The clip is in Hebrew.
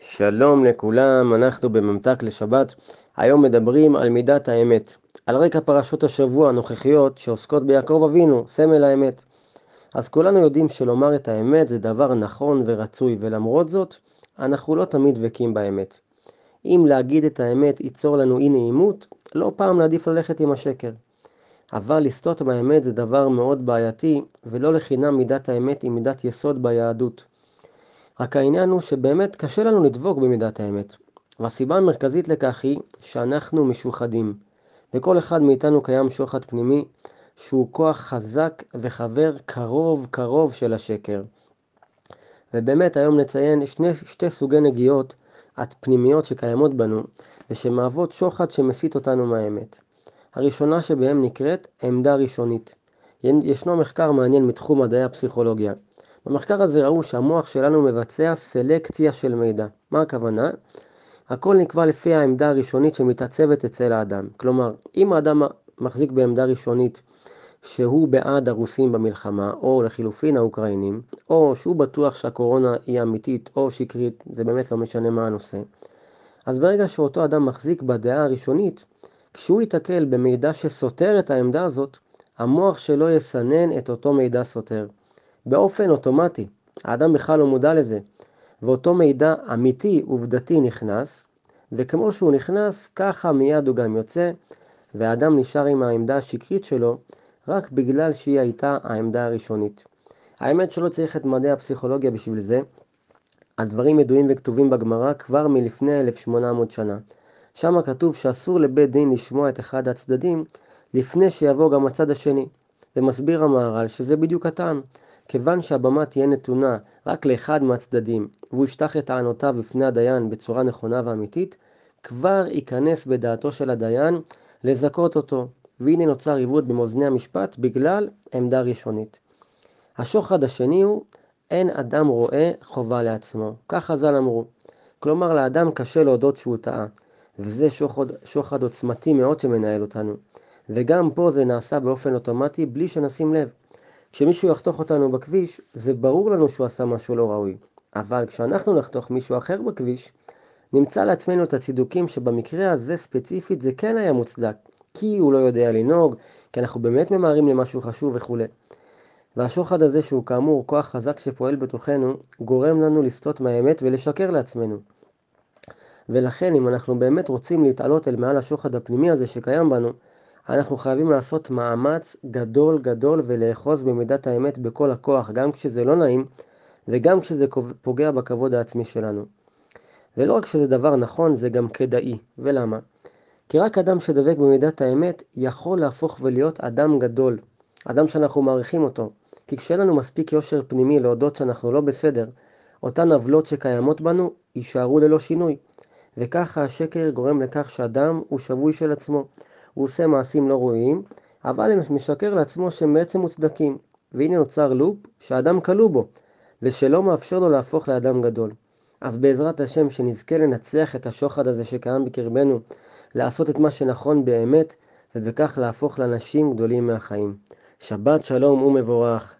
שלום לכולם, אנחנו בממתק לשבת. היום מדברים על מידת האמת, על רקע פרשות השבוע הנוכחיות שעוסקות ביעקב אבינו, סמל האמת. אז כולנו יודעים שלומר את האמת זה דבר נכון ורצוי, ולמרות זאת, אנחנו לא תמיד דבקים באמת. אם להגיד את האמת ייצור לנו אי נעימות, לא פעם נעדיף ללכת עם השקר. אבל לסטות מהאמת זה דבר מאוד בעייתי, ולא לחינם מידת האמת היא מידת יסוד ביהדות. רק העניין הוא שבאמת קשה לנו לדבוק במידת האמת. והסיבה המרכזית לכך היא שאנחנו משוחדים. בכל אחד מאיתנו קיים שוחד פנימי שהוא כוח חזק וחבר קרוב קרוב של השקר. ובאמת היום נציין שתי סוגי נגיעות הפנימיות שקיימות בנו ושמהוות שוחד שמסית אותנו מהאמת. הראשונה שבהם נקראת עמדה ראשונית. ישנו מחקר מעניין מתחום מדעי הפסיכולוגיה. במחקר הזה ראו שהמוח שלנו מבצע סלקציה של מידע. מה הכוונה? הכל נקבע לפי העמדה הראשונית שמתעצבת אצל האדם. כלומר, אם האדם מחזיק בעמדה ראשונית שהוא בעד הרוסים במלחמה, או לחילופין האוקראינים, או שהוא בטוח שהקורונה היא אמיתית או שקרית, זה באמת לא משנה מה הנושא. אז ברגע שאותו אדם מחזיק בדעה הראשונית, כשהוא ייתקל במידע שסותר את העמדה הזאת, המוח שלו יסנן את אותו מידע סותר. באופן אוטומטי, האדם בכלל לא מודע לזה, ואותו מידע אמיתי, עובדתי נכנס, וכמו שהוא נכנס, ככה מיד הוא גם יוצא, והאדם נשאר עם העמדה השקרית שלו, רק בגלל שהיא הייתה העמדה הראשונית. האמת שלא צריך את מדעי הפסיכולוגיה בשביל זה, הדברים ידועים וכתובים בגמרא כבר מלפני 1800 שנה. שם כתוב שאסור לבית דין לשמוע את אחד הצדדים לפני שיבוא גם הצד השני. ומסביר המהר"ל שזה בדיוק הטעם. כיוון שהבמה תהיה נתונה רק לאחד מהצדדים והוא ישטח את טענותיו בפני הדיין בצורה נכונה ואמיתית, כבר ייכנס בדעתו של הדיין לזכות אותו. והנה נוצר עיוות במאזני המשפט בגלל עמדה ראשונית. השוחד השני הוא אין אדם רואה חובה לעצמו. כך חז"ל אמרו. כלומר, לאדם קשה להודות שהוא טעה, וזה שוחד עוצמתי מאוד שמנהל אותנו. וגם פה זה נעשה באופן אוטומטי בלי שנשים לב. כשמישהו יחתוך אותנו בכביש, זה ברור לנו שהוא עשה משהו לא ראוי. אבל כשאנחנו נחתוך מישהו אחר בכביש, נמצא לעצמנו את הצידוקים שבמקרה הזה ספציפית זה כן היה מוצדק. כי הוא לא יודע לנהוג, כי אנחנו באמת ממהרים למשהו חשוב וכו'. והשוחד הזה שהוא כאמור כוח חזק שפועל בתוכנו, גורם לנו לסטות מהאמת ולשקר לעצמנו. ולכן אם אנחנו באמת רוצים להתעלות אל מעל השוחד הפנימי הזה שקיים בנו, אנחנו חייבים לעשות מאמץ גדול גדול ולאחוז במידת האמת בכל הכוח, גם כשזה לא נעים וגם כשזה פוגע בכבוד העצמי שלנו. ולא רק שזה דבר נכון, זה גם כדאי. ולמה? כי רק אדם שדבק במידת האמת יכול להפוך ולהיות אדם גדול, אדם שאנחנו מעריכים אותו. כי כשאין לנו מספיק יושר פנימי להודות שאנחנו לא בסדר, אותן עוולות שקיימות בנו יישארו ללא שינוי. וככה השקר גורם לכך שאדם הוא שבוי של עצמו. הוא עושה מעשים לא ראויים, אבל משקר לעצמו שהם בעצם מוצדקים. והנה נוצר לופ שהאדם כלוא בו, ושלא מאפשר לו להפוך לאדם גדול. אז בעזרת השם שנזכה לנצח את השוחד הזה שקיים בקרבנו, לעשות את מה שנכון באמת, ובכך להפוך לאנשים גדולים מהחיים. שבת שלום ומבורך.